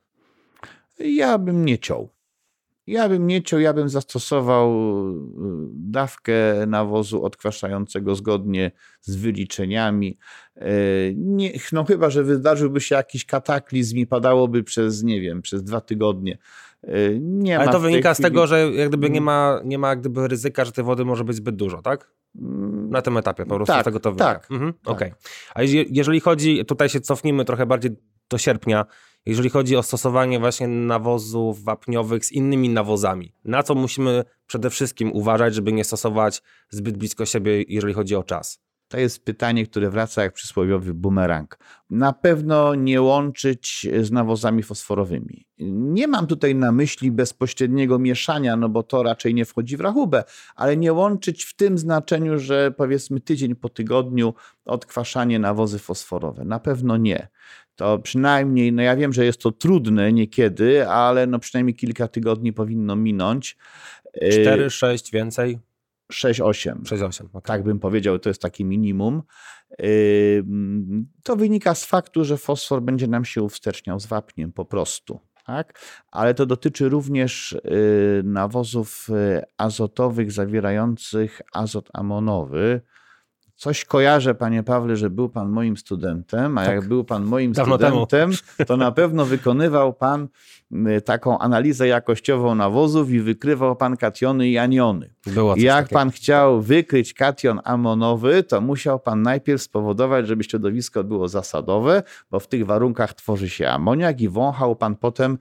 Ja bym nie ciął. Ja bym nie ciął, ja bym zastosował dawkę nawozu odkwaszającego zgodnie z wyliczeniami. Nie, no chyba, że wydarzyłby się jakiś kataklizm i padałoby przez, nie wiem, przez dwa tygodnie. Nie
Ale
ma
to wynika
chwili...
z tego, że jak gdyby nie ma, nie ma jak gdyby ryzyka, że tej wody może być zbyt dużo, tak? Na tym etapie po prostu
tak,
z tego to wynika.
Tak,
mhm,
tak.
Okej. Okay. A jeżeli chodzi, tutaj się cofnijmy trochę bardziej do sierpnia, jeżeli chodzi o stosowanie właśnie nawozów wapniowych z innymi nawozami, na co musimy przede wszystkim uważać, żeby nie stosować zbyt blisko siebie, jeżeli chodzi o czas?
To jest pytanie, które wraca jak przysłowiowy bumerang. Na pewno nie łączyć z nawozami fosforowymi. Nie mam tutaj na myśli bezpośredniego mieszania, no bo to raczej nie wchodzi w rachubę, ale nie łączyć w tym znaczeniu, że powiedzmy tydzień po tygodniu odkwaszanie nawozy fosforowe. Na pewno nie. To przynajmniej, no ja wiem, że jest to trudne niekiedy, ale no przynajmniej kilka tygodni powinno minąć.
cztery, sześć, więcej?
sześć osiem.
sześć osiem, okay.
Tak bym powiedział, to jest takie minimum. To wynika z faktu, że fosfor będzie nam się uwsteczniał z wapniem po prostu. Tak? Ale to dotyczy również nawozów azotowych zawierających azot amonowy, Coś kojarzę, panie Pawle, że był pan moim studentem, a tak. jak był pan moim Dawno studentem, temu. to na pewno wykonywał pan taką analizę jakościową nawozów i wykrywał pan kationy i aniony. Było I jak takiego. pan chciał wykryć kation amonowy, to musiał pan najpierw spowodować, żeby środowisko było zasadowe, bo w tych warunkach tworzy się amoniak i wąchał pan potem,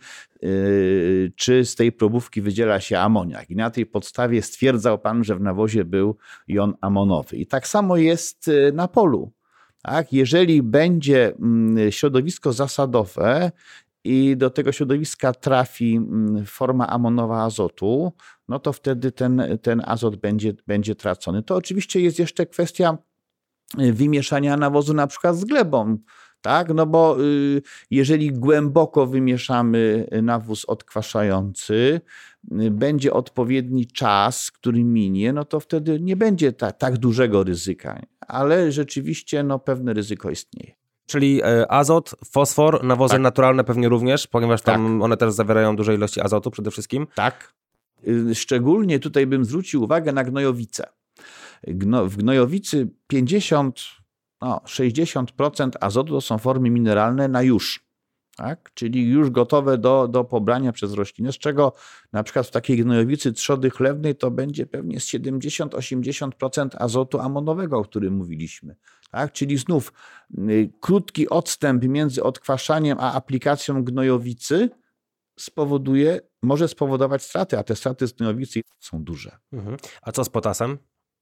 yy, czy z tej probówki wydziela się amoniak. I na tej podstawie stwierdzał pan, że w nawozie był jon amonowy. I tak samo jest na polu. Tak? Jeżeli będzie środowisko zasadowe, i do tego środowiska trafi forma amonowa azotu, no to wtedy ten, ten azot będzie, będzie tracony. To oczywiście jest jeszcze kwestia wymieszania nawozu na przykład z glebą, tak? No bo jeżeli głęboko wymieszamy nawóz odkwaszający, będzie odpowiedni czas, który minie, no to wtedy nie będzie ta, tak dużego ryzyka, ale rzeczywiście no, pewne ryzyko istnieje.
Czyli azot, fosfor, nawozy tak. naturalne pewnie również, ponieważ tam tak. one też zawierają duże ilości azotu przede wszystkim.
Tak. Szczególnie tutaj bym zwrócił uwagę na gnojowice. Gno, w gnojowicy pięćdziesiąt, no, sześćdziesiąt procent azotu to są formy mineralne na już. Tak? Czyli już gotowe do, do pobrania przez roślinę, z czego na przykład w takiej gnojowicy trzody chlewnej to będzie pewnie z siedemdziesiąt do osiemdziesięciu procent azotu amonowego, o którym mówiliśmy. Tak? Czyli znów y, krótki odstęp między odkwaszaniem a aplikacją gnojowicy spowoduje, może spowodować straty, a te straty z gnojowicy są duże.
Mhm. A co z potasem?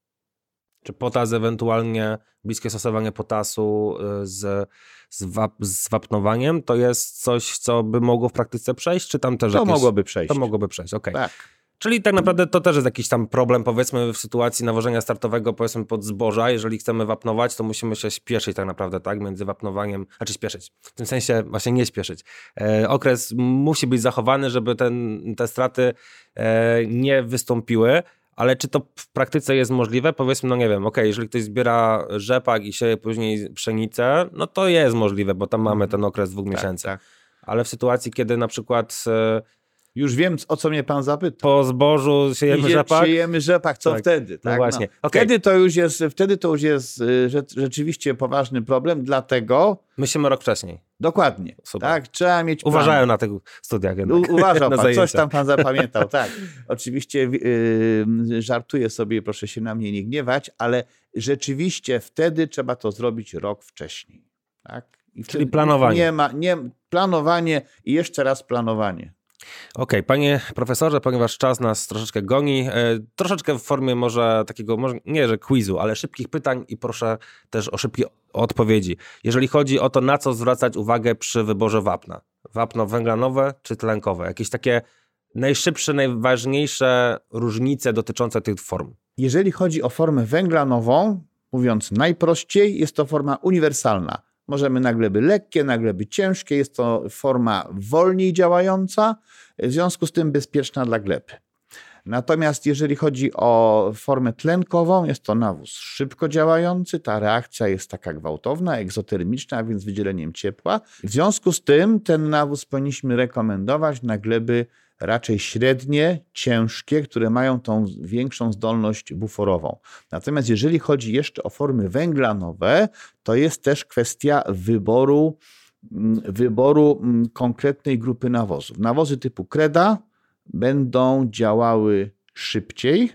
Czy potas, ewentualnie bliskie stosowanie potasu z, z, wap, z wapnowaniem, to jest coś, co by mogło w praktyce przejść, czy tam też
To
jakieś...
mogłoby przejść.
To mogłoby przejść, okej.
Okay. Tak.
Czyli tak naprawdę to też jest jakiś tam problem, powiedzmy, w sytuacji nawożenia startowego, powiedzmy, pod zboża. Jeżeli chcemy wapnować, to musimy się śpieszyć tak naprawdę, tak, między wapnowaniem, znaczy śpieszyć, w tym sensie właśnie nie śpieszyć. E, okres musi być zachowany, żeby ten, te straty e, nie wystąpiły. Ale czy to w praktyce jest możliwe? Powiedzmy, no nie wiem, okej, okay, jeżeli ktoś zbiera rzepak i sieje później pszenicę, no to jest możliwe, bo tam mamy ten okres dwóch tak, miesięcy. Tak. Ale w sytuacji, kiedy na przykład... E,
Już wiem, o co mnie pan zapytał.
Po zbożu siejemy Idzie, rzepak?
Siejemy rzepak, co tak. wtedy? Tak?
No właśnie.
No.
Okay.
Wtedy, to już jest, wtedy to już jest rzeczywiście poważny problem, dlatego...
Myślimy rok wcześniej.
Dokładnie. Super. Tak? Trzeba mieć plan.
Uważają na tych studiach jednak.
U, uważał pan, coś tam pan zapamiętał. Tak. Oczywiście yy, żartuję sobie, proszę się na mnie nie gniewać, ale rzeczywiście wtedy trzeba to zrobić rok wcześniej. Tak? I
Czyli planowanie.
Nie ma, nie, planowanie i jeszcze raz planowanie.
Okej, okay, panie profesorze, ponieważ czas nas troszeczkę goni, e, troszeczkę w formie może takiego, może nie że quizu, ale szybkich pytań i proszę też o szybkie odpowiedzi. Jeżeli chodzi o to, na co zwracać uwagę przy wyborze wapna. Wapno węglanowe czy tlenkowe? Jakieś takie najszybsze, najważniejsze różnice dotyczące tych form?
Jeżeli chodzi o formę węglanową, mówiąc najprościej, jest to forma uniwersalna. Możemy na gleby lekkie, na gleby ciężkie. Jest to forma wolniej działająca, w związku z tym bezpieczna dla gleby. Natomiast jeżeli chodzi o formę tlenkową, jest to nawóz szybko działający. Ta reakcja jest taka gwałtowna, egzotermiczna, a więc wydzieleniem ciepła. W związku z tym ten nawóz powinniśmy rekomendować na gleby raczej średnie, ciężkie, które mają tą większą zdolność buforową. Natomiast jeżeli chodzi jeszcze o formy węglanowe, to jest też kwestia wyboru, wyboru konkretnej grupy nawozów. Nawozy typu kreda będą działały szybciej,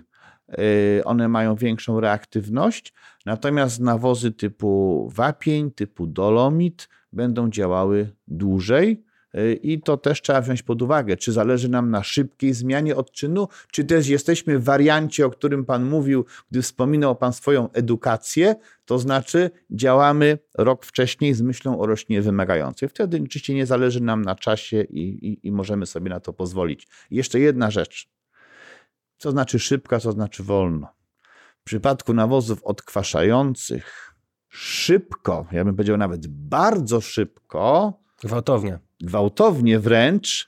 one mają większą reaktywność, natomiast nawozy typu wapień, typu dolomit będą działały dłużej. I to też trzeba wziąć pod uwagę, czy zależy nam na szybkiej zmianie odczynu, czy też jesteśmy w wariancie, o którym pan mówił, gdy wspominał pan swoją edukację, to znaczy działamy rok wcześniej z myślą o roślinie wymagającej. Wtedy oczywiście nie zależy nam na czasie i, i, i możemy sobie na to pozwolić. I jeszcze jedna rzecz. Co znaczy szybka, co znaczy wolno? W przypadku nawozów odkwaszających szybko, ja bym powiedział nawet bardzo szybko,
gwałtownie.
Gwałtownie wręcz,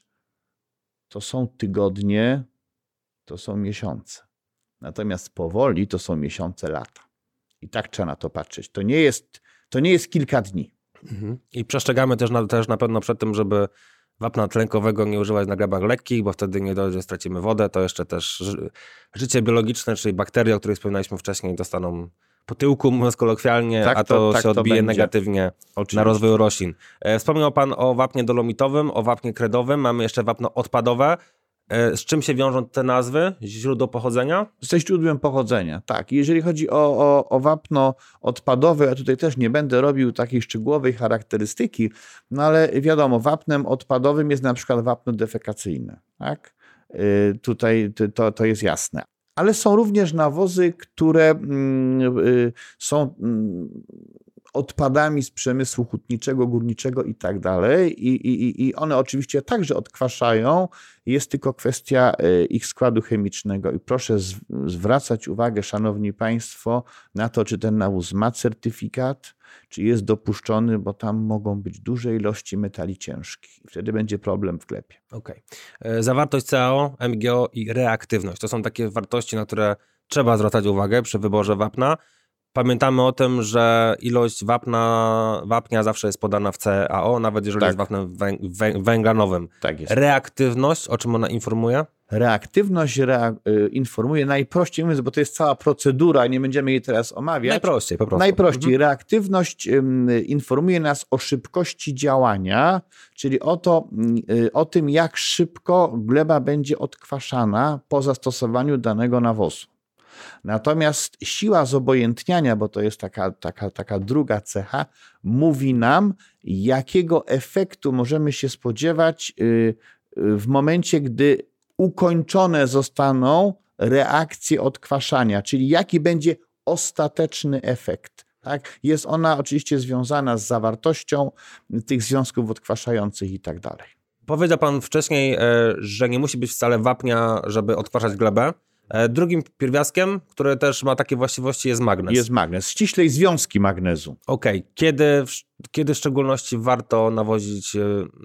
to są tygodnie, to są miesiące. Natomiast powoli to są miesiące, lata. I tak trzeba na to patrzeć. To nie jest, to nie jest kilka dni.
Mhm. I przestrzegamy też na, też na pewno przed tym, żeby wapna tlenkowego nie używać na glebach lekkich, bo wtedy nie dość, że stracimy wodę, to jeszcze też ży- życie biologiczne, czyli bakterie, o których wspominaliśmy wcześniej, dostaną po tyłku, mówiąc kolokwialnie,
tak
a to,
to tak
się odbije
to
negatywnie Oczywiście. na rozwoju roślin. Wspomniał pan o wapnie dolomitowym, o wapnie kredowym, mamy jeszcze wapno odpadowe. Z czym się wiążą te nazwy? Źródło pochodzenia?
Ze źródłem pochodzenia, tak. Jeżeli chodzi o, o, o wapno odpadowe, ja tutaj też nie będę robił takiej szczegółowej charakterystyki, no ale wiadomo, wapnem odpadowym jest na przykład wapno defekacyjne, tak? Yy, tutaj to, to jest jasne. Ale są również nawozy, które yy, są yy, odpadami z przemysłu hutniczego, górniczego i tak dalej. I, i, i one oczywiście także odkwaszają. Jest tylko kwestia ich składu chemicznego. I proszę z, zwracać uwagę, szanowni państwo, na to, czy ten nawóz ma certyfikat, czy jest dopuszczony, bo tam mogą być duże ilości metali ciężkich. I wtedy będzie problem w sklepie.
Okej. Okay. Zawartość C A O, M G O i reaktywność. To są takie wartości, na które trzeba zwracać uwagę przy wyborze wapna. Pamiętamy o tym, że ilość wapna, wapnia zawsze jest podana w C A O, nawet jeżeli tak. jest wapnem węg węglanowym.
Tak jest.
Reaktywność, o czym ona informuje?
Reaktywność rea informuje najprościej mówiąc, bo to jest cała procedura, nie będziemy jej teraz omawiać.
Najprościej, po prostu.
Najprościej.
Mhm.
Reaktywność um, informuje nas o szybkości działania, czyli o, to, y, o tym, jak szybko gleba będzie odkwaszana po zastosowaniu danego nawozu. Natomiast siła zobojętniania, bo to jest taka, taka, taka druga cecha, mówi nam, jakiego efektu możemy się spodziewać w momencie, gdy ukończone zostaną reakcje odkwaszania, czyli jaki będzie ostateczny efekt. Tak? Jest ona oczywiście związana z zawartością tych związków odkwaszających i tak dalej.
Powiedział pan wcześniej, że nie musi być wcale wapnia, żeby odkwaszać glebę. Drugim pierwiastkiem, który też ma takie właściwości, jest magnez.
Jest magnez, ściślej związki magnezu.
Okej, okay. kiedy, kiedy w szczególności warto nawozić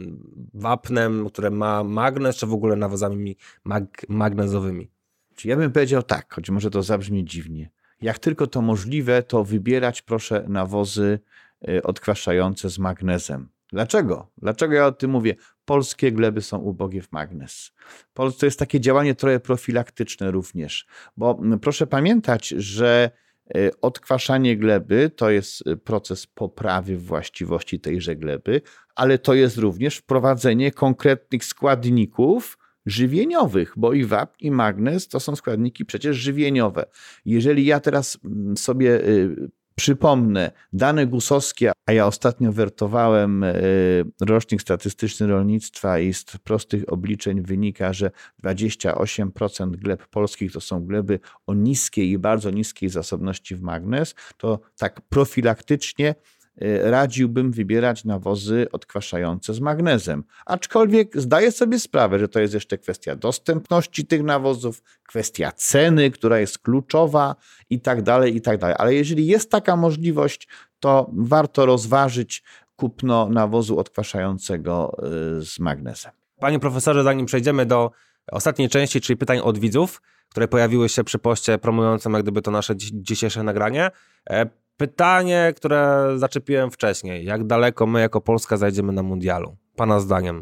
wapnem, które ma magnez, czy w ogóle nawozami mag magnezowymi?
Ja bym powiedział tak, choć może to zabrzmi dziwnie. Jak tylko to możliwe, to wybierać proszę nawozy odkwaszające z magnezem. Dlaczego? Dlaczego ja o tym mówię? Polskie gleby są ubogie w magnez. To jest takie działanie trochę profilaktyczne również, bo proszę pamiętać, że odkwaszanie gleby to jest proces poprawy właściwości tejże gleby, ale to jest również wprowadzenie konkretnych składników żywieniowych, bo i wapń, i magnez to są składniki przecież żywieniowe. Jeżeli ja teraz sobie przypomnę dane gusowskie, a ja ostatnio wertowałem rocznik statystyczny rolnictwa i z prostych obliczeń wynika, że dwadzieścia osiem procent gleb polskich to są gleby o niskiej i bardzo niskiej zasobności w magnez, to tak profilaktycznie radziłbym wybierać nawozy odkwaszające z magnezem. Aczkolwiek zdaję sobie sprawę, że to jest jeszcze kwestia dostępności tych nawozów, kwestia ceny, która jest kluczowa i tak dalej, i tak dalej. Ale jeżeli jest taka możliwość, to warto rozważyć kupno nawozu odkwaszającego z magnezem.
Panie profesorze, zanim przejdziemy do ostatniej części, czyli pytań od widzów, które pojawiły się przy poście promującym jak gdyby to nasze dzisiejsze nagranie, pytanie, które zaczepiłem wcześniej. Jak daleko my jako Polska zajdziemy na mundialu? Pana zdaniem?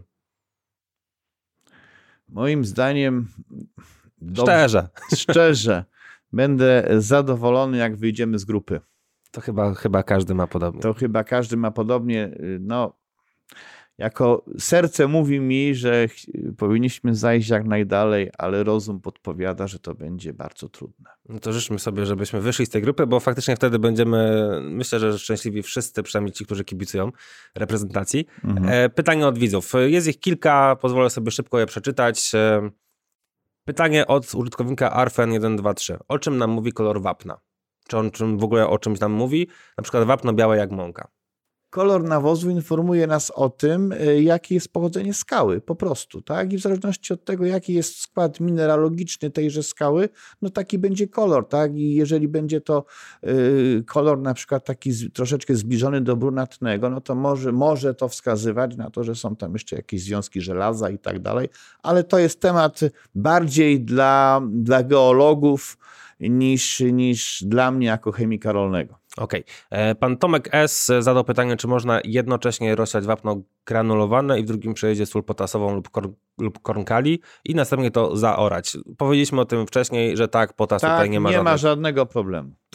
Moim zdaniem...
Szczerze.
Szczerze. Będę zadowolony, jak wyjdziemy z grupy.
To chyba, chyba każdy ma podobnie.
To chyba każdy ma podobnie. No, jako serce mówi mi, że powinniśmy zajść jak najdalej, ale rozum podpowiada, że to będzie bardzo trudne.
No to życzmy sobie, żebyśmy wyszli z tej grupy, bo faktycznie wtedy będziemy, myślę, że szczęśliwi wszyscy, przynajmniej ci, którzy kibicują reprezentacji. Mhm. Pytanie od widzów. Jest ich kilka, pozwolę sobie szybko je przeczytać. Pytanie od użytkownika Arfen jeden dwa trzy. O czym nam mówi kolor wapna? Czy on czym, w ogóle o czymś nam mówi? Na przykład wapno białe jak mąka.
Kolor nawozu informuje nas o tym, jakie jest pochodzenie skały, po prostu, tak? I w zależności od tego, jaki jest skład mineralogiczny tejże skały, no taki będzie kolor, tak? I jeżeli będzie to y, kolor na przykład taki z, troszeczkę zbliżony do brunatnego, no to może, może to wskazywać na to, że są tam jeszcze jakieś związki żelaza i tak dalej, ale to jest temat bardziej dla, dla geologów niż, niż dla mnie jako chemika rolnego.
Okej. Okay. Pan Tomek S. zadał pytanie, czy można jednocześnie rozsiać wapno granulowane i w drugim przejeździe sól potasową lub, kor lub kornkali i następnie to zaorać. Powiedzieliśmy o tym wcześniej, że tak, potas
tak,
tutaj nie ma
nie
żadnych...
ma żadnego problemu.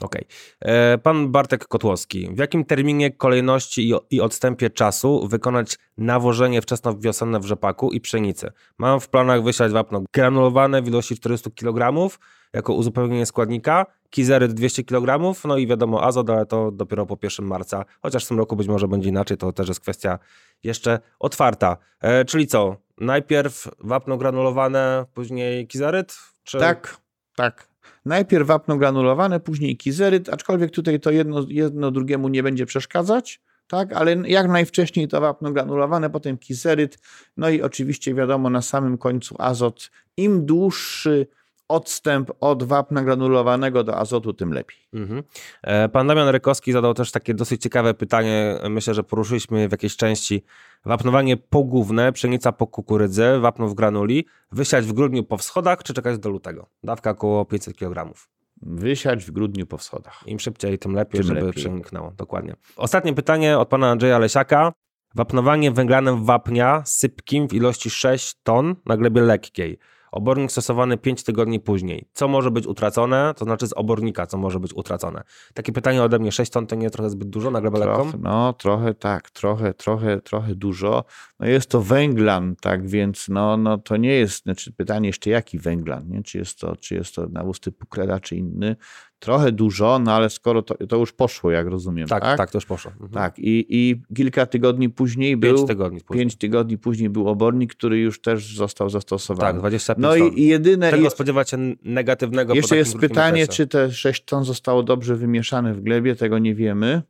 Okej. Okay. Pan Bartek Kotłowski. W jakim terminie, kolejności i, i odstępie czasu wykonać nawożenie wczesnowiosenne w rzepaku i pszenicy? Mam w planach wysiać wapno granulowane w ilości czterysta kilogramów jako uzupełnienie składnika, kizeryt dwieście kilogramów, no i wiadomo azot, ale to dopiero po pierwszego marca, chociaż w tym roku być może będzie inaczej, to też jest kwestia jeszcze otwarta. E, czyli co? Najpierw wapno granulowane, później kizeryt? Czy...
Tak, tak. Najpierw wapno granulowane, później kizeryt, aczkolwiek tutaj to jedno, jedno drugiemu nie będzie przeszkadzać, tak, ale jak najwcześniej to wapno granulowane, potem kizeryt, no i oczywiście wiadomo na samym końcu azot. Im dłuższy odstęp od wapna granulowanego do azotu, tym lepiej.
Mhm. Pan Damian Rykowski zadał też takie dosyć ciekawe pytanie, myślę, że poruszyliśmy w jakiejś części. Wapnowanie pogłówne, pszenica po kukurydzy, wapno w granuli, wysiać w grudniu po wschodach, czy czekać do lutego? Dawka około pięćset kilogramów.
Wysiać w grudniu po wschodach.
Im szybciej, tym lepiej,
tym
żeby
lepiej.
przeniknęło. Dokładnie. Ostatnie pytanie od pana Andrzeja Lesiaka. Wapnowanie węglanem wapnia sypkim w ilości sześć ton na glebie lekkiej. Obornik stosowany pięć tygodni później. Co może być utracone? To znaczy z obornika, co może być utracone? Takie pytanie ode mnie, sześć ton to nie jest trochę zbyt dużo na glebę
trochę,
lekką?
No trochę tak, trochę, trochę, trochę dużo. No jest to węglan, tak więc no, no to nie jest, znaczy pytanie jeszcze jaki węglan, nie? Czy jest to, czy jest to nawóz typu kreda, czy inny. Trochę dużo, no ale skoro to, to już poszło, jak rozumiem,
tak?
Tak,
tak, to już poszło. Mhm.
Tak, i, i kilka tygodni później
Pięć
był...
tygodni później.
Pięć tygodni później był obornik, który już też został zastosowany.
Tak, dwadzieścia pięć
No
ton.
i, i jedyne...
Czego
i,
spodziewać się negatywnego?
Jeszcze
po
jest
takim
pytanie,
okresie?
czy te sześć ton zostało dobrze wymieszane w glebie, tego nie wiemy,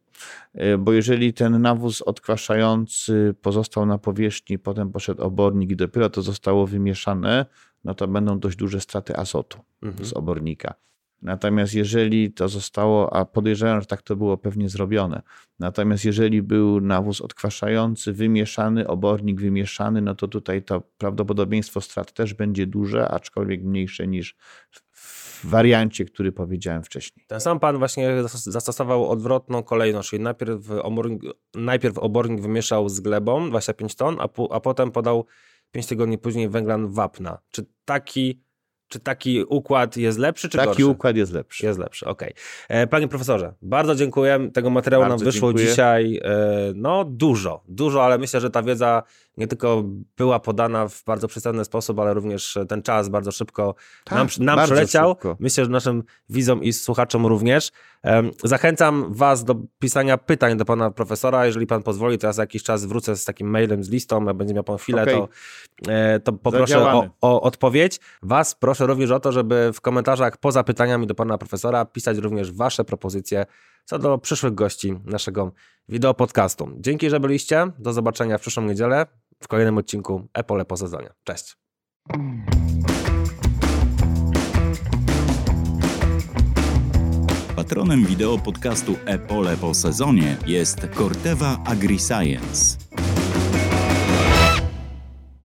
bo jeżeli ten nawóz odkwaszający pozostał na powierzchni, potem poszedł obornik i dopiero to zostało wymieszane, no to będą dość duże straty azotu mhm. z obornika. Natomiast jeżeli to zostało, a podejrzewam, że tak to było pewnie zrobione, natomiast jeżeli był nawóz odkwaszający, wymieszany, obornik wymieszany, no to tutaj to prawdopodobieństwo strat też będzie duże, aczkolwiek mniejsze niż w wariancie, który powiedziałem wcześniej.
Ten sam pan właśnie zastosował odwrotną kolejność, czyli najpierw obornik, najpierw obornik wymieszał z glebą dwadzieścia pięć ton, a, po, a potem podał pięć tygodni później węglan wapna. Czy taki... Czy taki układ jest lepszy, czy
taki
gorszy?
Taki układ jest lepszy.
Jest lepszy, okej. Okay. Panie profesorze, bardzo dziękuję. Tego materiału
bardzo
nam wyszło
dziękuję.
dzisiaj no dużo, dużo, ale myślę, że ta wiedza nie tylko była podana w bardzo przystępny sposób, ale również ten czas bardzo szybko tak, nam, nam przeleciał. Szybko. Myślę, że naszym widzom i słuchaczom również. Zachęcam was do pisania pytań do pana profesora. Jeżeli pan pozwoli, to ja za jakiś czas wrócę z takim mailem z listą, jak będzie miał pan chwilę, okay. to, to poproszę o, o odpowiedź. Was proszę również o to, żeby w komentarzach poza pytaniami do pana profesora pisać również wasze propozycje co do przyszłych gości naszego wideo podcastu. Dzięki, że byliście. Do zobaczenia w przyszłą niedzielę w kolejnym odcinku Epole po sezonie. Cześć.
Patronem wideo podcastu Epole po sezonie jest Corteva AgriScience.